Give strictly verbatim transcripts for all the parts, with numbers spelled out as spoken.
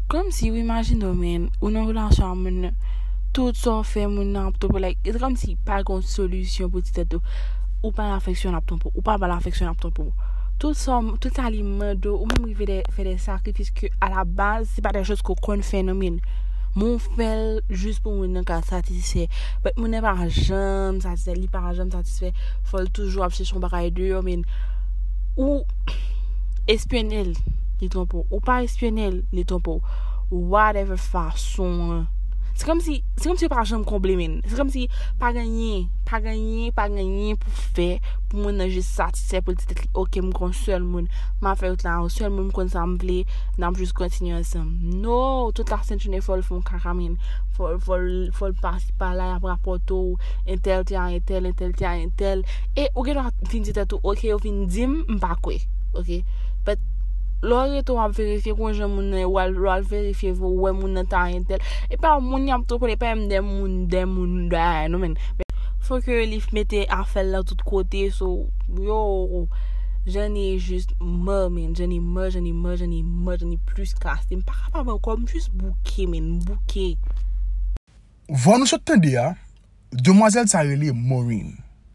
Comme si, imagine, men, ou nan relasyon men, tout ça fait mon ap to like, c'est comme si pas une solution pour ti tête ou pas l'affection ap ton pour ou pas l'affection ap ton pour. Tout ça, tout ça li mando ou même faire des faire des sacrifices que à la base c'est pas des choses qu'on connaît phénomène. Mon fait juste pour mon cas satisfait. Mais mon n'est pas jamais satisfait, li pas jamais satisfait. Faut toujours chercher son bagage dehors men ou espionner les ton pour ou pas espionner les ton pour whatever façon. C'est comme si c'est comme si pas jamais combler men. C'est comme si pas gagner, pas gagner, pas gagner pour faire pour mon juste satisfait pour dire OK, mon kon seul moun, m'a fait là, seul moun kon ça me plaît, n'a juste continuer ensemble. Non, toute la scène faut le font caramine. Faut faut faut passer par là après rapporto un tel tiens un tel un tel tiens un tel et ou que fin dire tout OK, ou fin dim m'pa quoi. OK. But Lors to ap vérifier kon jan moun ou al al vérifier ouais moun nan ta intel et pas moun y a trop pour pas dem moun dem moun da non men faut que li mette affaire là tout côté so yo j'en ai juste mort men j'en ai mort j'en ai mort j'en ai mort j'en ai plus casse pas capable comme juste bouquet men bouquet Vous nous entendez hein demoiselle ça relé Maureen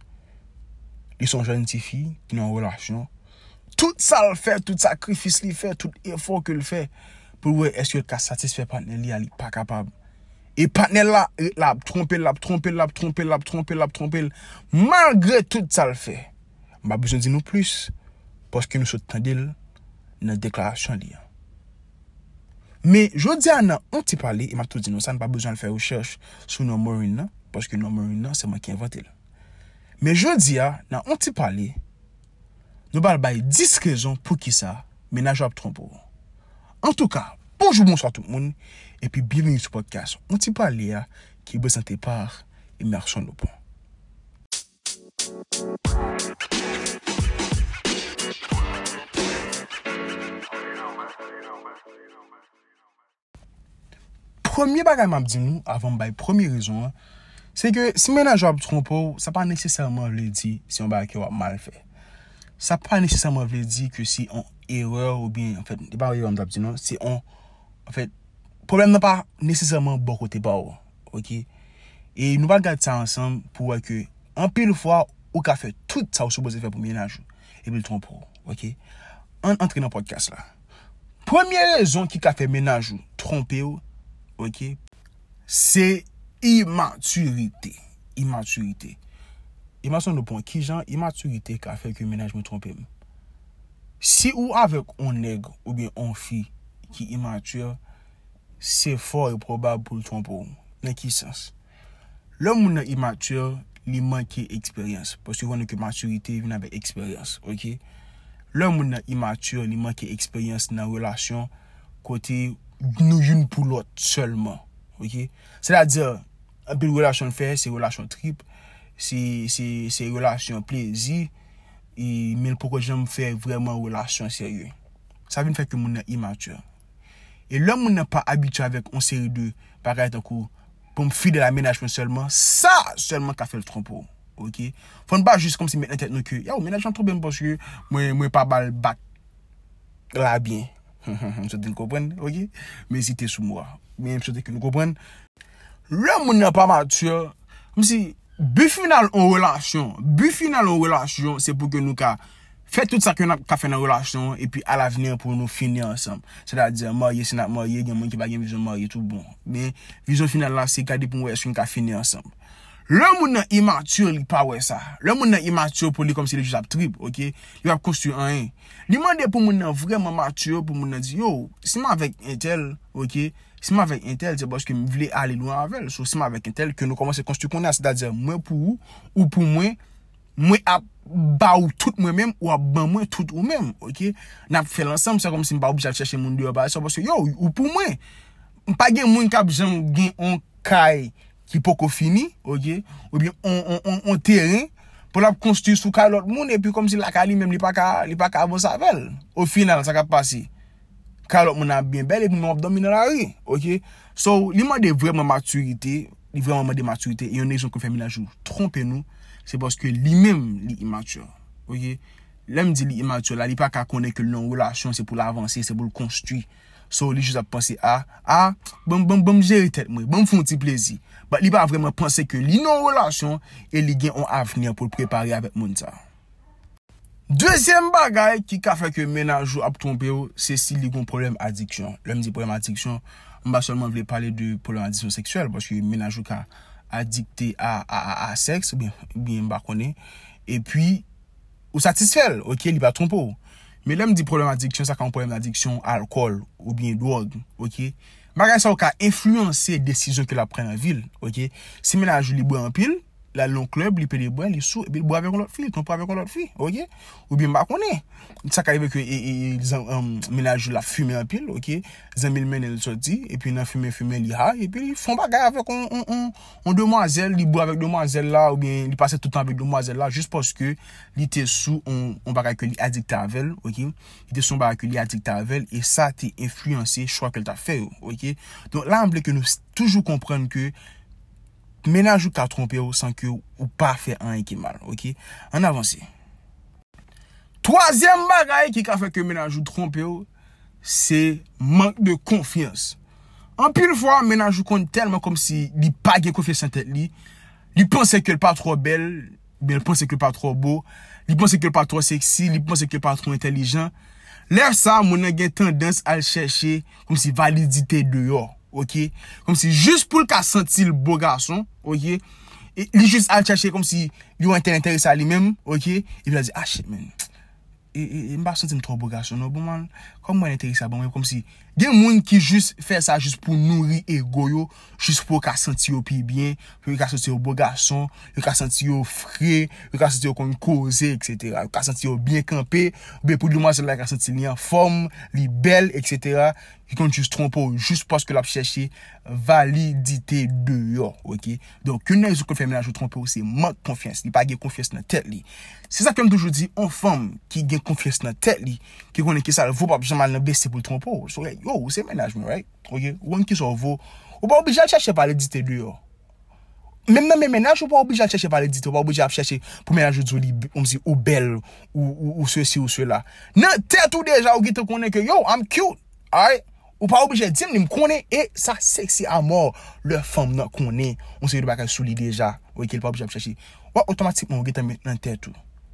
ils sont jeunes filles qui ont une relation. Tout ça le fait, tout sacrifice le fait, tout effort que le fait pour voir est-ce que le cas satisfait partenaire li ali pas capable. Et partenaire là l'a trompé, l'a trompé, l'a trompé, l'a trompé, l'a trompé. Malgré tout ça le fait. M'a besoin de dire nous plus parce que nous sommes tendel dans déclaration li. Mais je dis à nan on t'y parler et m'a tout dit non ça n'a pas besoin de faire recherche sur nos Maureen parce que nos Maureen c'est moi qui inventé. Mais je dis à nan on t'y parler nous allons bailler dix raisons pour qui ça ménage à tromper. En tout cas, bonjour, bonsoir tout le monde et puis bienvenue sur le podcast. On t'y parle là qui est présenté par Immersion Lopon. Premier bagage m'a dit nous avant bailler première raison c'est que si ménage à tromper, ça pas nécessairement veut dire si on bagage qui va mal fait. Ça pas nécessairement veut dire que si on erreur ou bien en fait c'est pas erreur on non c'est on en fait problème n'est pas nécessairement bon côté pas OK et nous va regarder ça ensemble pour voir que en pile fois ou qu'a fait tout ça supposé faire pour ménage et puis le trompe OK on entre dans podcast là première raison qui qu'a fait ménage tromper OK c'est immaturité immaturité Imagine le point qui genre immaturité qui a fait que le ménage me trompe. Si ou avec un nègre ou bien une fille qui est immature, c'est fort et probable pour le tromper. Dans quel sens? L'homme immature, il manque d'expérience. Parce que que maturité vient avec expérience. OK? L'homme immature, il manque d'expérience dans la relation côté nous une pour l'autre seulement. OK? C'est-à-dire, un peu de relation fait, c'est relation triple. C'est c'est c'est relation plaisir et mais pourquoi j'aime faire vraiment relation sérieux ça vient faire que mon immature et l'homme n'est pas habitué avec une série de bagages en cours pour me filer la ménagement seulement ça seulement qu'a fait le trompeau OK faut pas juste comme si mettre tête nous que yo ménagement trop bien parce que moi moi pas balle bac là bien je te comprendre OK mais si t'es sous moi mais je te que nous comprendre l'homme n'est pas mature comme si but final en relation, but final en relation, c'est pour que nous ka fait tout ça que nous ka fait dans relation et puis à l'avenir pour nous finir ensemble. C'est-à-dire marier, c'est n'a marier, il y a monde qui va gagner vision marier tout bon. Mais vision finale là c'est garder pour est-ce qu'on ka finir ensemble. Le monde immature, il pas ouais ça. Le monde immature pour lui comme si il juste trip, OK? Il va construire un. Il demande pour monde vraiment mature pour monde dire yo, si moi avec un tel, OK? Si moi avec un tel, c'est parce que je voulais aller loin avec. So, si moi avec un tel, que nous commençons à construire qu'on a, c'est-à-dire, moi pour vous, ou pour moi, moi à bas ou tout moi-même, ou à bas moi tout ou même, ok? N'a fait l'ensemble, c'est comme si je pas obligé de chercher mon dieu, parce que yo, ou pour moi, pas gen moun k'ap jam gen on kay qui poko fini, ok? Ou bien on on on terrain pour la construire sous kay l'autre monde et puis comme si la kay lui-même li pas ka li pas ka avancer avec. Au final, ça va passer. Car l'autre monde a bien belle et puis on domine la rue, ok? So, li demande vraiment maturité, li vraiment demande maturité et on est qu'on fait ménage trompez-nous, c'est parce que lui-même li immature, ok? L'homme dit li immature, là il pas qu'à connaître que non relation c'est pour l'avancer, c'est pour le construire. So, li juste a pensé, ah, ah, bon, bon, bon, gérer tête, moi, bon, font un petit plaisir. But, li pas vraiment pensé que li non relation, et li gen un avenir pour le préparer avec moun ça. Deuxième bagay qui a fait que ménage a trompé, c'est si li gon problème addiction. L'homme dit problème addiction, on va seulement voulait parler de problème addiction sexuelle, parce que ménage a addicté à, à, à, à sexe, bien, bien, bah, connaît, et puis, ou satisfait, ok, il va tromper. Mais l'homme dit problème addiction, ça quand problème d'addiction, alcool, ou bien drogue, ok. Bagay ça, a influencé les décisions que la prend en ville, ok. Si ménage li boit en pile, la long club, li peut les boire, li sous, et puis il boit avec l'autre fille, trompe avec l'autre fille, ok. Ou bien, bah, connaît. Ça qui arrive que, ils um, ménage la fumée en pile, ok. Ils ont mis le mène, sorti, et puis, ils ont fumé, fumé, li ha, et puis, ils font bagay avec on, on, on, on demoiselle, ils boivent avec demoiselle là, ou bien, ils passent tout le temps avec demoiselle là, juste parce que, ils étaient sous, on, on bagay que li addict à elle, ok. Ils étaient sous bagay que li addict à elle, et ça t'a influencé, choix qu'elle t'a fait, ok. Donc, là, on veut que nous toujours comprendre que, ménage ou qu'a trompé ou sans que ou pas fait un qui mal, ok? En avance. Troisième bagay qui a fait que ménage ou trompé ou, c'est manque de confiance. En pile fois, ménage ou compte tellement comme si il pas de confiance en tête li, il pensait qu'elle pas trop belle, bien il pensait qu'elle pas trop beau, il pensait qu'elle pas trop sexy, il pensait qu'elle pas trop intelligent. Là ça, mon a gen tendance à le chercher comme si validité dehors. Ok, comme si juste pour le cas sentir le beau garçon, ok, et il juste à chercher comme si il était intéressé à lui-même, ok, et puis il a dit ah shit man, et et et m'a senti trop beau garçon, non bon man, comme moi intéressé à bon, comme si des gens qui juste fait ça juste pour nourrir ego yo, juste pour qu'à sentir au plus bien, pour qu'à sentir au beau garçon, pour qu'à sentir au frais, pour qu'à sentir qu'on cause, et cetera, pour qu'à sentir bien campé, bien pour demoiselle là qu'à sentir li en forme, li belle, et cetera. Qui compte juste tromper juste parce que l'a cherché validité dehors, ok. Donc une raison qu'on fait ménage tromper c'est manque confiance, il pas gain confiance dans tête li. C'est ça que me toujours dit, on femme qui gain confiance dans tête li, qui connaît que ça vaut pas jamais le baisser pour le tromper. So like, yo, c'est management, right? OK, ou qui ça vaut, ou pas obligé de chercher par l'éditer dehors. Même dans mes ménages, ou pas obligé de chercher par l'éditer, ou pas obligé de chercher pour ménage de joli comme si ou belle ou ou, ou ceci ou cela. Non, tête ou déjà ou qui te connaît que yo, I'm cute. Alright? Ou pas obligé de dire, me connaît et ça sexy à mort. Leur femme non connaît, on sait de bagage sous lui déjà. OK, il pas obligé de chercher. Ou automatiquement on get mettre dans tête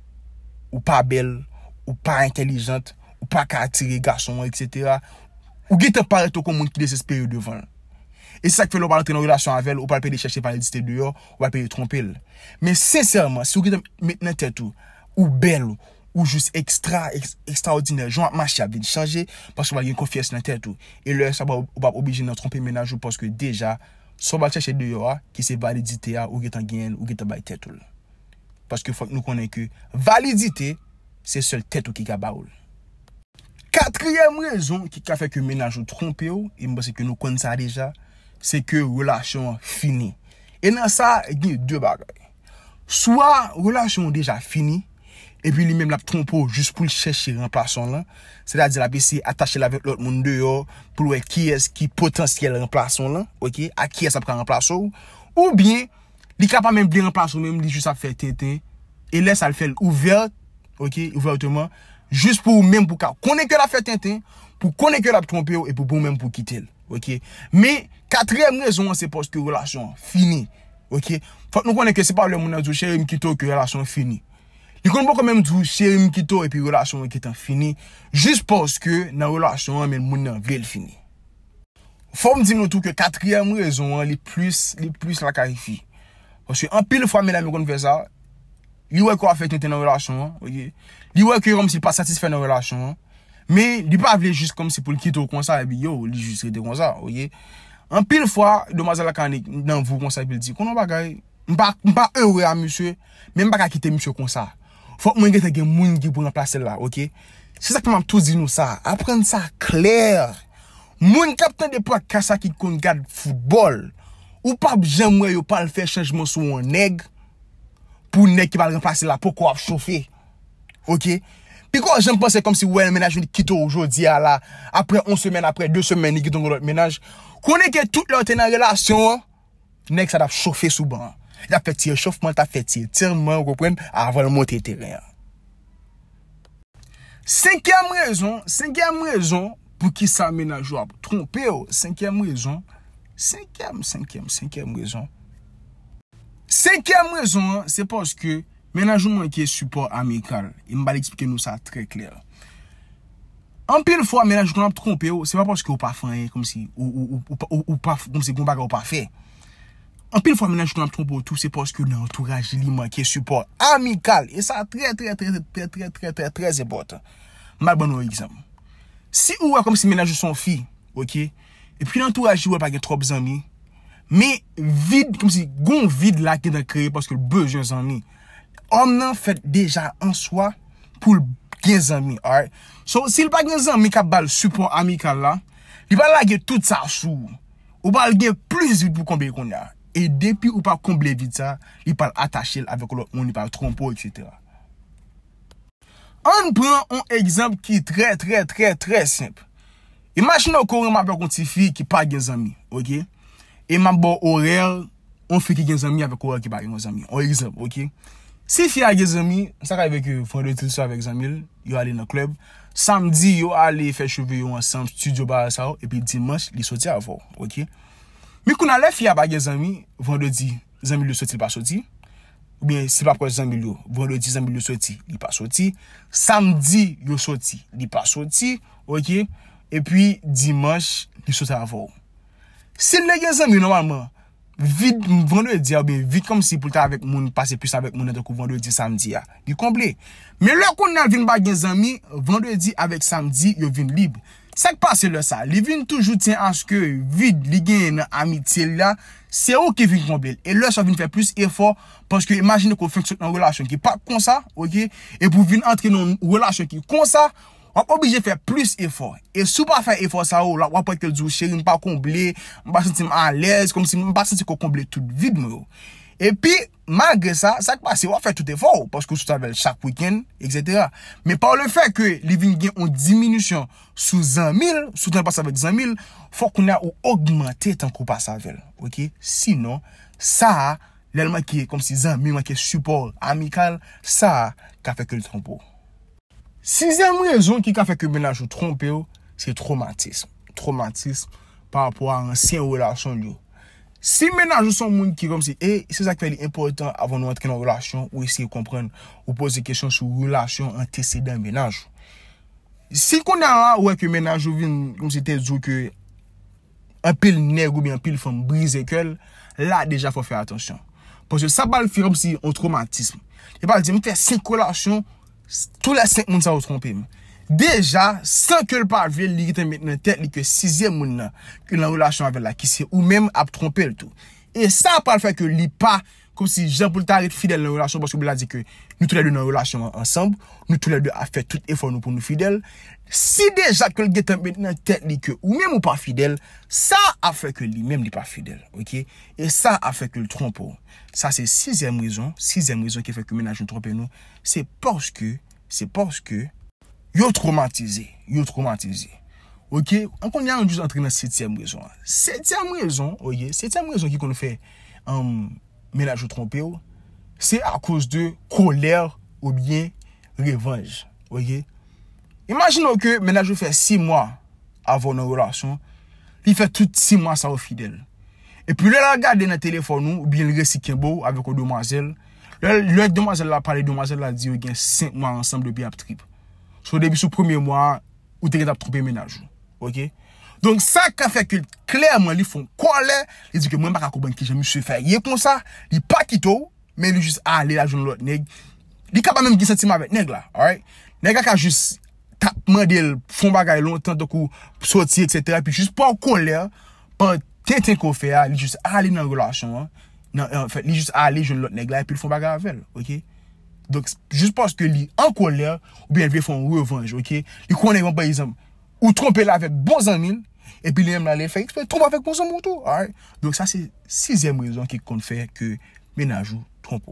ou pas belle, ou pas intelligente, ou pas qu'à attirer garçon, et cetera. Ou get paraît tout comme monde qui désespère devant. Et c'est ça qui fait l'on va entrer en relation avec elle, ou pas le payer chercher par l'éditer dehors, ou pas le payer tromper. Mais sincèrement, si vous get mettre dans tête ou belle ou juste extra ex, extraordinaire, genre marché a bien changer parce que vous avez confiance dans tête tout et là ça va pas obligé de tromper ménage parce que déjà ça va chercher dehors qui c'est validité ou qui est en gain ou qui est en bail tête tout. Parce que faut que nous connaissons que validité c'est seul tête qui a baoul. Quatrième raison qui a fait que ménage trompé et moi c'est que nous connaissons ça déjà, c'est que relation finie. Et dans ça, il y a deux bagages. Soit relation déjà finie et puis lui-même la trompe juste pour chercher remplaçant là, c'est-à-dire la essayer attacher avec l'autre monde dehors pour voir qui est qui potentiel remplaçant là, OK, à qui est ça prend remplaçant ou bien il capable même bien remplaçant même lui juste à faire tintin et laisse ça le faire ouvert, OK, ouvertement juste pour même pour connaître que la fait tintin, pour connaître que la tromper et pour même pour quitter, OK. Mais quatrième raison c'est parce que relation finie, OK. Faut nous connaître que c'est pas le monde du chéri qui que relation finie. Il connaît pas quand même du chéri qui et puis relation qui est finie juste parce que dans relation mais le monde veut le finir. Faut me dire nous tout que quatrième raison les plus les plus la qualifie. Parce que en pile fois mesdames qu'on fait ça, il ouais quoi fait dans relation, OK. Il ouais que comme s'il pas satisfait dans relation, mais il pas veut juste comme si pour le quitter comme ça et puis yo, il juste rester comme ça, OK. En pile fois demoiselle quand dans vous comme ça il dit qu'on bagaille, m'pas m'pas heureux à monsieur, même pas quitter monsieur comme ça. Faut que moi gete gen moun qui pour remplacer là, OK? C'est ça que m'a tout dit nous ça. Apprendre ça clair. Moun captain de podcast ça qui kon garde football ou pas jamais yo pas le faire changement sur un nèg pour nèg qui va remplacer là pourquoi chauffer. OK? Puis quand j'aime penser comme si ouais le ménage quitte aujourd'hui là après une semaine après deux semaines il quitte l'autre ménage. Connaît que toute leur en relation nèg ça doit chauffer sous banc. Il a fait tirer chauffement, il a fait tirer tirement, vous comprenez, avant de monter le terrain. Cinquième raison, cinquième raison pour qui ça ménage a trompé. Cinquième raison. Cinquième, cinquième, cinquième raison. Cinquième raison, c'est parce que ménage manque support amical. Il m'a expliqué nous ça très clair. En pile fois, ménage qu'on a trompé, c'est pas parce que vous pas fait comme si ou ou ou ou pas comme si qu'on pas pas fait. En pile fois, ménage qu'on a trompé tout, c'est parce que l'entourage il manque support amical et ça très très très très très très très très important. Mal bon exemple. Si ou comme si ménage son fille, OK? Et puis l'entourage il pas trop d'amis, mais vide comme si gon vide là qui est créé parce que le besoin d'amis. On en fait déjà en soi pour quinze amis, alright? So, s'il pas quinze amis qui a le support amical là, il va laguer tout ça sous. Ou va laguer plus vite pour combler qu'on a. Et depuis ou pas combler vite ça, il va attacher avec l'autre monde, il va tromper, et cetera. On prend un exemple qui est très, très, très, très simple. Imaginez qu'on m'a avec une petite fille qui pas quinze amis, ok? Et m'a bon horaire, on fait qui quinze amis avec horaire qui pas quinze amis. Un exemple, ok? Si fille a des amis, ça arrive que vendredi soir avec Zamil, yo aller dans le club. Samedi, yo aller faire cheveux ensemble, studio bar ça et puis dimanche, il sorti avant, OK? Mais quand on a les filles a des amis, vendredi, Zamil le sorti pas sorti. Ou bien c'est pas pour Zamil yo, vendredi Zamil le sorti, il pas sorti. Samedi, yo sorti, il pas sorti, OK? Et puis dimanche, il sorti avant. Si les amis normalement vite vendredi ou bien vite comme si pour avec moun passer plus avec moun donc vendredi samedi a il comblé mais là qu'on a vinn ba gen amis vendredi avec samedi yo vinn libre ça qui passe là ça il vinn toujours tient à ce que vide li gen amitié là c'est eux qui vinn combler et là ça vinn faire plus effort parce que imagine qu'on fonctionne en relation qui pas comme ça OK et pour vinn entrer dans une relation qui comme ça on obligé de faire plus effort et si pas faire effort ça ou là on pas que le chéri pas combler on pas sentir à l'aise comme si on pas sentir qu'on combler tout vide et puis malgré ça ça passe on fait tout effort parce que tout avec chaque week-end etc mais par le fait que living gain en diminution sous cent mille sous temps passe avec cent mille faut qu'on a augmenter tant qu'on passe avec OK sinon ça l'élément qui est comme si cent mille manque support amical ça qu'a fait que le trompe. Sixième raison qui a fait que ménage trompe, c'est traumatisme. Traumatisme par rapport à ancienne relation. Si ménage sont monde qui comme si, et c'est ça qui est important avant de entrer dans une relation, ou essayer de comprendre, ou poser des questions sur relation antécédent ménage. Si qu'on a ouais que ménage vient comme si t'es dit que un pile nègre ou bien un pile femme brisé que là déjà faut faire attention. Parce que ça va le faire comme si un traumatisme. Et pas dire, mais faire cinq relations tous les cinq moun ça vous tromper déjà sans que le pas veut li maintenant tête que sixième moun que la relation avec la qui c'est ou même a tromper le tout et ça pas le fait que li pas comme si Jean Paul t'arrête fidèle dans la relation parce que il a dit que nous tous les deux dans relation ensemble nous tous les deux a fait tout effort nous pour nous fidèles si déjà que le get maintenant tête li que ou même ou pas fidèle ça a fait que lui même n'est pas fidèle OK et ça a fait que le trompe ça c'est sixième raison sixième raison qui fait que ménage nous trompe nous c'est parce que c'est parce que yo traumatisé yo traumatisé OK on connaît juste entrer dans septième raison septième raison OK septième raison qui qu'on fait um, ménage trompé c'est à cause de colère ou bien revanche OK imaginons que ménage fait six mois avant une relation il fait tout six mois ça au fidèle et puis là regarder dans téléphone ou bien le récit beau avec une demoiselle le demoiselle là parler demoiselle là dit il y a cinq mois ensemble depuis ap trip so début sur premier mois ou t'es capable tromper ménage OK donc ça qu'a fait que clairement ils font colère ils dit que moi pas comprendre que je me suis fait comme ça il pas quito mais il juste aller la joindre l'autre nèg il capable même qui sentiment avec nèg là alright nèg a juste tap mandel font bagaille longtemps donc sortir etc puis juste pas en colère pas t'es qu'on fait il juste aller dans relation non en fait il juste aller joindre l'autre nèg là et puis ils font bagaille avec OK donc juste parce que lui en colère ou bien il veut faire une revanche OK il connaît par exemple ou tromper là avec bons amis et puis il aime là les faire tromper avec bons amis tout alright donc ça c'est sixième raison qui compte faire que ménage trompe.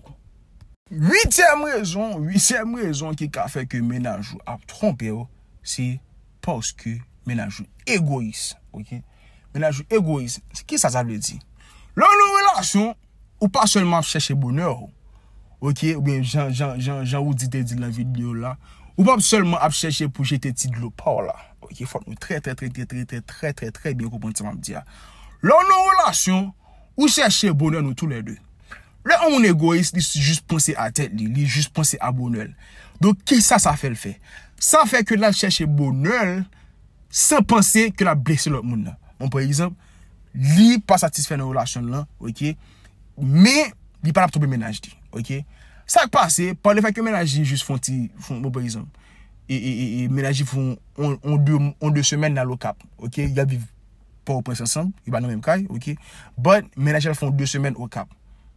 Huitième raison huitième raison qui a fait que ménage a trompé c'est parce que ménage égoïste OK ménage égoïste qui ça ça veut dire là une relation ou pas seulement chercher bonheur OK ou bien Jean Jean Jean Jean ou dit dit dans la vidéo là ou pas seulement à chercher pour jeter petit de l'eau par là. OK, faut nous très très très très très très très très très bien comprendre ça m'a dit. Là nos relations ou chercher bonheur nous tous les deux. Là on est égoïste, il juste penser à tête, il juste penser à bonheur. Donc qu'est-ce ça ça fait le fait? Ça fait que là chercher bonheur sans penser que la blesser l'autre monde. Bon par exemple, lui pas satisfait dans relation là, OK? Mais il pas trouver ménage dit, OK? Ça qui passe par le fait que ménage juste font font bon par exemple et et et ménage font on on deux on deux semaines dans le cap, OK? Il y a vivre pas au prince ensemble, il va dans même cas, OK? But ménage font deux semaines au cap.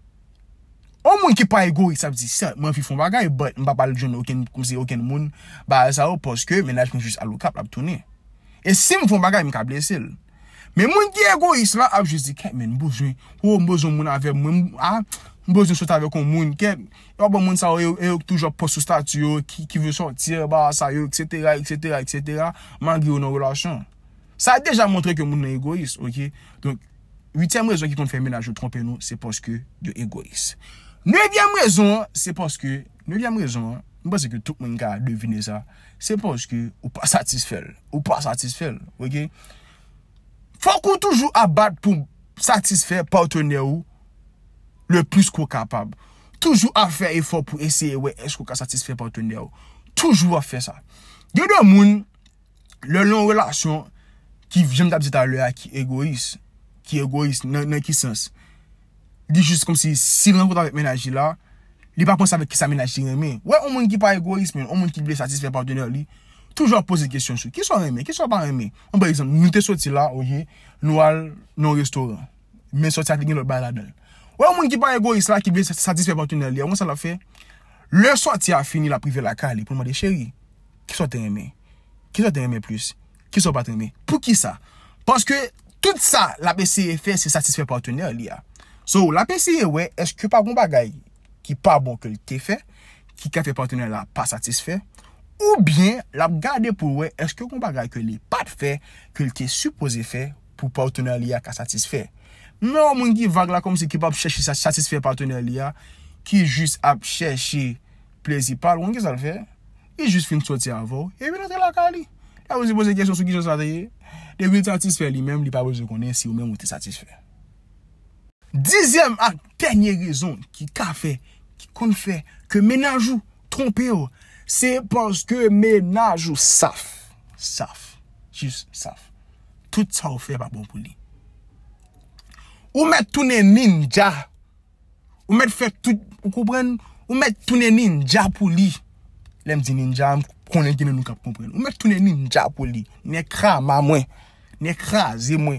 On monde qui pas égoïste ça dit ça moi fi font bagaille but m'pa pas le jeune aucun comme si aucun monde bah ça parce que ménage juste à le cap la tourner. Et si me font bagaille m'ka blesser. Mais moun qui égoïste là a juste dit mais besoin ou besoin moun avec moi ah besoin sortir avec un moun qui yo bon moun ça yo toujours poste statut qui qui veut sortir bah ça yo etc etc etc malgré une relation ça a déjà montré que moun est égoïste, OK? Donc huitième raison qui compte faire ménage ou tromper nous c'est parce que de égoïste. Neuvième raison c'est parce que neuvième raison je pense que tout le monde a deviné ça c'est parce que ou pas satisfait ou pas satisfait, OK? Faut qu'on toujours abattre pour satisfaire partenaire ou le plus qu'on capable. Toujours à faire effort pour essayer ouais est-ce qu'on satisfaire partenaire ou. Toujours à faire ça. Il y a des gens le long relation qui j'aime d'abord tout à l'heure qui égoïste, qui égoïste dans dans quel sens? Dit juste comme si si rencontre avec ménage là, il pas penser avec qui ça ménage remet. Ouais, on monde qui pas égoïste mais on monde qui veut satisfaire partenaire lui. Toujours poser des questions sur qui sont aimés, qui sont pas aimés. On par exemple, nous t'es sorti là, OK, nous al dans restaurant. Mais sorti avec l'autre bail là-dedans. Ouais, on monde qui pas égoïste là qui veut satisfaire partenaire lui, on ça l'a fait. Le sorti a fini la privé la cali pour demander chérie, qui sont aimés? Qui sont aimés plus? Qui sont pas aimés? Pour qui ça? Parce que tout ça la P C fait c'est satisfaire partenaire lui. So la P C ouais, est-ce que pas bon bagaille qui pas bon que le t'ai fait, qui a fait partenaire là pas satisfait? Ou bien, la garder pour ouais, est-ce que qu'on bagaille que les pas fait que le t'es supposé faire pour partenaire li a satisfait. Non, mon qui vague là comme si qui pas chercher ça satisfaire partenaire li a qui juste a chercher plaisir par on qui ça le fait. Il juste fin sortir avant et puis rentrer la cali. Là vous poser question sur qui ça tailler. De vil satisfait lui-même, il pas besoin connaître si ou même ou t'es satisfait. Dixième et dernière raison qui qu'a fait qui qu'on fait que ménage ou tromper c'est parce que ménage ou saf, saf, juste saf. Tout ça ou fait pas bon pour lui. Ou mettre tout ninja, ou mettre fait tout, vous comprenez? Ou mettre tout ninja pour lui. L'aime dit ninja, qu'on est nous cap comprendre. Ou mettre tout ninja pour lui. N'est crama moi, n'est crasé moi.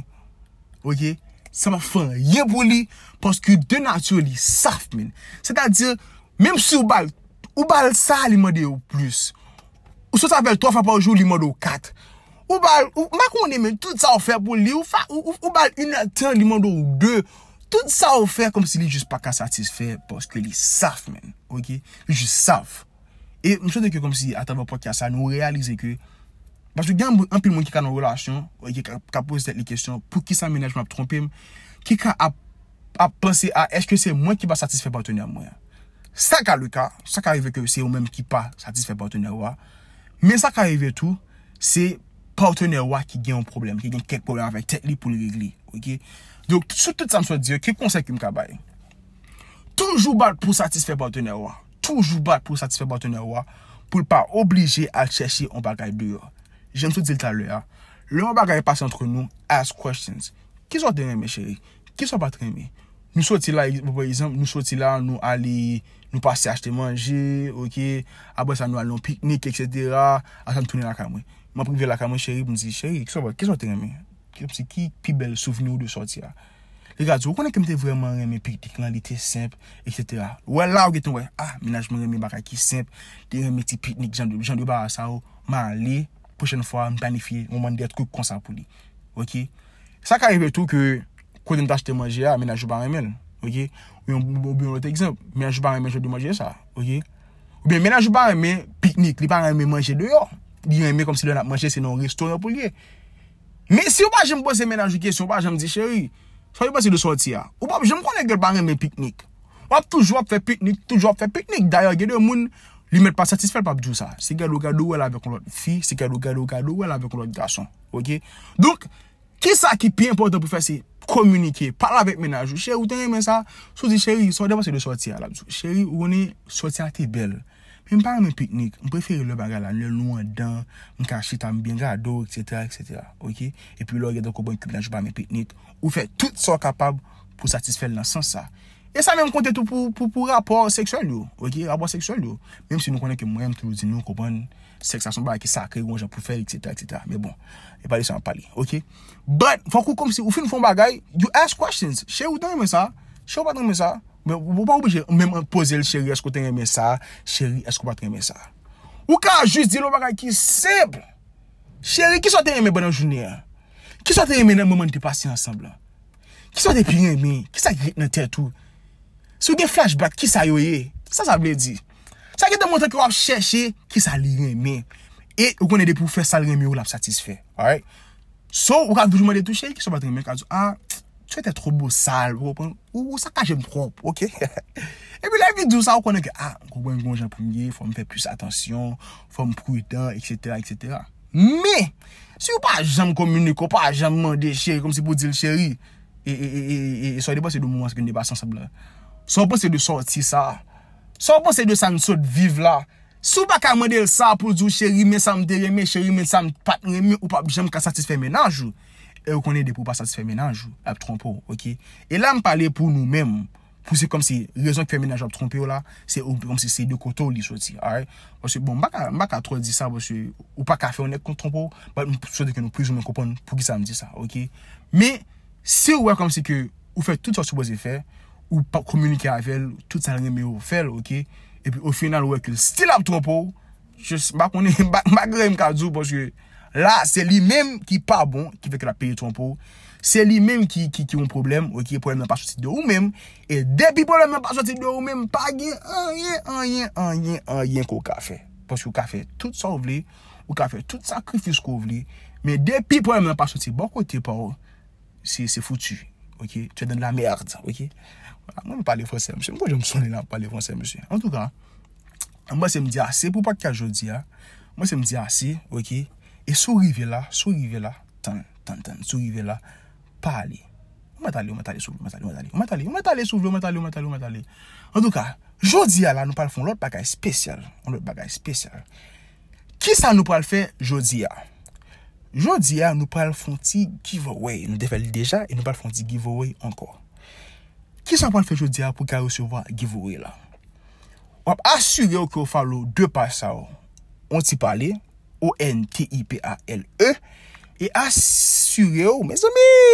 OK? Ça va faire rien pour lui parce que de nature lui saf men. C'est-à-dire même si ou bal ou bal ça li mande ou plus. Ou ça s'appelle trois fois par jour li mande ou quatre. Ou bal ou ma connait mais tout ça on fait pour lui ou fa ou, ou bal une temps li mande ou deux. Tout ça on fait comme si li juste pas satisfait parce que li saf men. OK? Li juste saf. Et je pense que comme si à travers podcast ça nous réaliser que parce que il y a un peu de monde qui a une relation, qui a posé les questions, pour qui ça ménage m'a trompé, qui a, a pensé à est-ce que c'est moi qui va satisfaire partenaire moi. Ça qui le cas, ça qui arrive que c'est eux même qui pas satisfait partenaire moi. Mais ça qui arrive tout, c'est partenaire moi qui a un problème, qui a quelques problèmes avec tête li pour le régler, OK? Donc sur tout ça me soit dire quel conseil que me cabaye. Toujours battre pour satisfaire partenaire moi. Toujours battre pour satisfaire partenaire moi pour pas obliger à chercher un bagage dehors. J'aime tout dire tout à l'heure. Le bagage passe entre nous, ask questions. Qui sont des mes chéris? Qui sont pas très aimés? Nous sortis là, par exemple, nous sortis là, nous aller, nous passer acheter manger, OK? Après ça, nous allons pique-nique, et cetera. À ça, nous tourner la caméra. Moi, privé la caméra, chérie, me dit, chérie, qui sont qui sont très aimés? Qui qui plus belle souvenir de sortir? Les gars, vous connaissez que m'était vraiment aimé pique-nique, là, il était simple, et cetera. Ouais, là, vous êtes ouais, ah, ménagement aimé bagage qui simple, des aimé petit pique-nique, genre de genre de bar ça, m'aller. Prochaine fois, me planifier, on demande des trucs comme ça pour lui. OK? Ça qui arrive tout que quand on t'achète manger, à ménage pas remel. OK? Ou bien autre exemple, ménage pas remel de manger ça. OK? Ou bien ménage pas remel pique-nique, il pas remel manger dehors. Il remel comme si on a manger c'est dans un restaurant pour lui. Mais si ou pas j'aime poser ménage question, pas j'aime dire chérie, ça veut pas c'est de sortir. Ou pas j'aime connaître que pas remel pique-nique. On toujours faire pique-nique, toujours faire pique-nique. D'ailleurs, il y a des gens Li met pas satisfait pas tout ça. C'est gado gado elle avec l'autre fille, c'est gado gado gado elle avec l'autre garçon. OK? Donc, qui ça qui est plus important pour faire c'est communiquer, parler avec ménage. Chérie, ou t'aimes ça? So dit chérie, so d'abord c'est de sortir là. Chérie, on est sortir t'es belle. Même pas un pique-nique, on préfère le bagarre là, le loin dedans, on cache ta bien gado, et cetera, et cetera. OK? Et puis là, il y a donc bon cube là, je pas mes pique-nique, ou fait tout ça capable pour satisfaire dans sens ça. Et ça même compte tout pour pour pour rapport sexuel yo. OK? Rapport sexuel yo. Même si nous connaissons que moi-même toujours dit nous comprendre sexe ça sont pas qui sacré on gens pour faire et cetera, et cetera. Mais bon, et pas ça en parler. OK? But faut comme si ou fin font bagaille, you ask questions. Chez ou t'aimes ça? Chez ou pas t'aimes ça? Mais vous pas obligé même poser le chéri, est-ce que tu aimes ça? Chéri, est-ce que tu aimes ça? Ou quand juste dire le bagage qui simple. Chéri, qui soit aimé bonne journée? Qui soit aimé dans moment de passer ensemble? Qui soit te pire aimé? Qui ça qui dans tête tout? Si vous avez flashback, qui ça yoye? Ça ça veut dire. Ça qui te montre que vous chercher qui ça li aimé et vous connaissez pour faire ça le aimé ou la satisfait. Alright? So, vous avez toujours demandé tout chéri qui soit pas aimé quand ah tu étais trop beau sale, vous comprenez? Ou ça cache me trompe, OK? Et puis la vie de ça, on connaît que, ah, on comprend que j'ai premier, faut me faire plus attention, faut me prudent, et cetera, et cetera. Mais, si vous pas jamais communiquer, pas jamais demander chéri, comme si vous dire chéri, et, et, et, et, ça dépend de moments que nous n'est pas ensemble. Ça pense de sortir ça. Ça pense de ça nous saute vivre là. Si vous pas qu'à demander ça pour dire chéri, mais ça me dérange, chéri, mais ça me pas ou pas jamais qu'à satisfaire ménage. Et vous connaissez des pour pas satisfaire ménage à tromper, OK? Et là me parler pour nous-mêmes, pour c'est comme si raison que fait ménage à tromper là, c'est comme si c'est de côté li sorti, alright? Parce que bon, pas pas trop dire ça parce que ou pas qu'à faire on est contre tromper, mais je que nous plus ou moins comprendre pour qui ça me dit ça, OK? Mais si vous comme si que vous faites tout ça supposé faire ou pas communiquer avec elle, tout ça rien mais vous faire, OK? Et puis au final ouais que still à tromper, je pas connait pas grave cadeau parce que là, c'est lui-même qui pas bon, qui fait que la paye trompeau. C'est lui-même qui qui qui a un problème, OK, problème n'a pas sorti de ou même et depuis problème n'a pas sorti de ou même pas rien rien rien rien qu'on a fait. Parce que vous avez fait tout ça vous voulez, vous avez fait tout sacrifice que vous voulez, mais depuis problème n'a pas sorti bon côté pas c'est c'est foutu. OK, tu es dans la merde, OK? Voilà, moi me parler français, monsieur. Moi je me sonne là parler français, monsieur. En tout cas, moi c'est me dire assez pour pas qu'il aujourd'hui hein. Moi c'est me dire assez, OK? Et sous rive là, sous rive là, tant, tant, tant, sous rive là, parler. On va aller, on va aller sous, on va aller, on va aller, on va aller, on va aller sous, on va aller, on va aller, on va aller. En tout cas, jodi là, nous parlons de l'autre bagage spécial, l'autre bagage spécial. Qui ça nous parle faire jodi? Jodi nous parlons font petit giveaway, nous devons déjà et nous parlons font petit giveaway encore. Qui ça parle faire jodi pour qu'à recevoir giveaway là? On assurer que vous follow deux pages ça. On t'y parler. O N T I P A L E et assurez-vous mes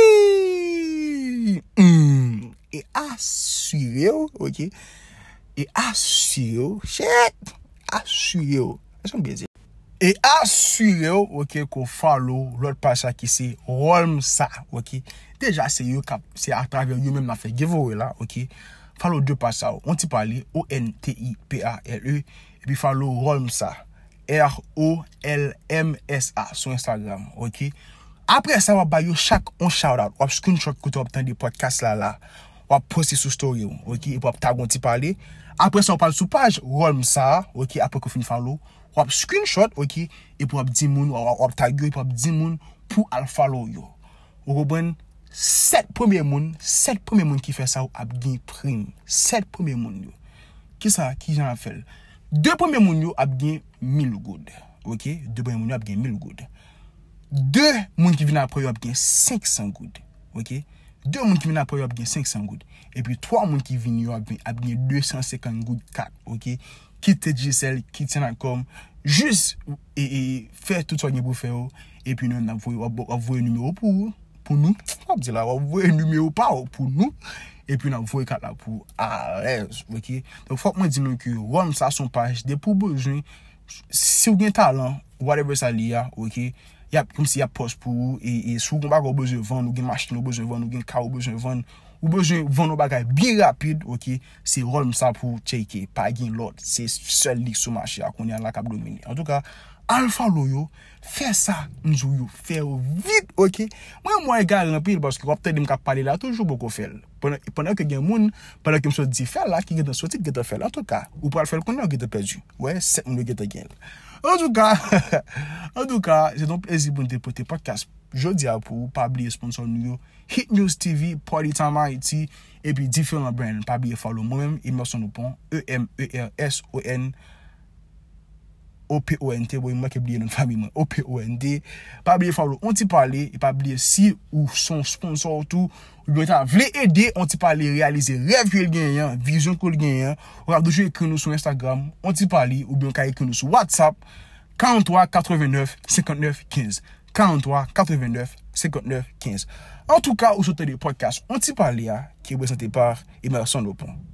amis mm. et assurez-vous OK et assurez-vous shit assurez-vous et assurez-vous OK qu'on follow l'autre page qui c'est Rolmsa OK déjà c'est eux c'est à travers eux même m'a fait giveaway là OK follow deux pages ça on t'y parler O N T I P A L E et puis follow Rolmsa R O L M S A sur Instagram, OK? Après ça, on va bailler chaque on shout out, on screenshot que tu obtenu des podcasts là là. On va poster sur story, OK? Et pour tag on t'y parler. Après ça, on parle sur page Rolmsa, OK? Après qu'on finit follow, on va screenshot, OK? Et pour dix moun, on va tag pour dix moun pour al follow yo. Vous comprenez? sept premiers moun, sept premiers moun qui fait ça a gagné prime. sept premiers moun yo. Qui ça qui j'en fait? Deux premiers moun yo a gagné mille good. OK? Deux premiers moun yo a gagné mille good. Deux moun qui viennent après yo a gagné cinq cents good. OK? Deux moun qui viennent après yo a gagné cinq cents good. Et puis trois moun qui viennent yo a gagné deux cent cinquante good quatre. OK? Qui te Giselle, qui tient comme juste et, et faire tout ça pour faire et puis nous on va envoyer numéro pour pour nous. On va dire là, on va envoyer numéro pas pour nous. Et puis, on a envoyé là pour à l'aise, OK? Donc, faut que moi dire que Rom ça son page, des pour besoin, si vous avez un talent, whatever ça li a, OK? Il y a comme s'il y a poste pour vous, et, et si vous avez besoin de vendre, ou une machine, ou besoin de vendre, ou un car, ou besoin de vendre, ou besoin de vendre bagage bien rapide, OK? C'est Rom ça pour checker, pas gain l'autre. C'est seul lig sur marché, qu'on y a la cap dominer. En tout cas, Alpha Loyo, fais ça, nous faire vite, ok? Moi, moi, gars, rempli parce que peut-être me parler là, toujours beaucoup faire. Pendant, pendant que gen moun, pendant que me dit faire là, qui est sorti, qui est faire en tout cas, ou pas le faire qu'on a perdu. Ouais, sept minutes qui est gagné. En tout cas, en tout cas, c'est donc plaisir pour nous déporter podcast. Je dis à pour pas oublier sponsor nous, Hit News T V, Party Time Haiti, et puis différents brands. Pas oublier follow moi-même, Emerson Opon, E M E R S O N O P O N T, bon, moi qui oublié notre famille, O P O N D. Pas oublier follow, on t'y parler, et pas oublier si ou son sponsor tout, ou bien voulez aider, on t'y parler, réaliser rêve qu'il gagne, vision qu'il gagne, on va toujours écrire nous sur Instagram, on t'y parler, ou bien écrire nous sur WhatsApp, quarante-trois quatre-vingt-neuf cinquante-neuf quinze. quarante-trois quatre-vingt-neuf cinquante-neuf quinze. En tout cas, vous sautez des podcasts, on t'y parler, qui est présenté par Emerson Opon.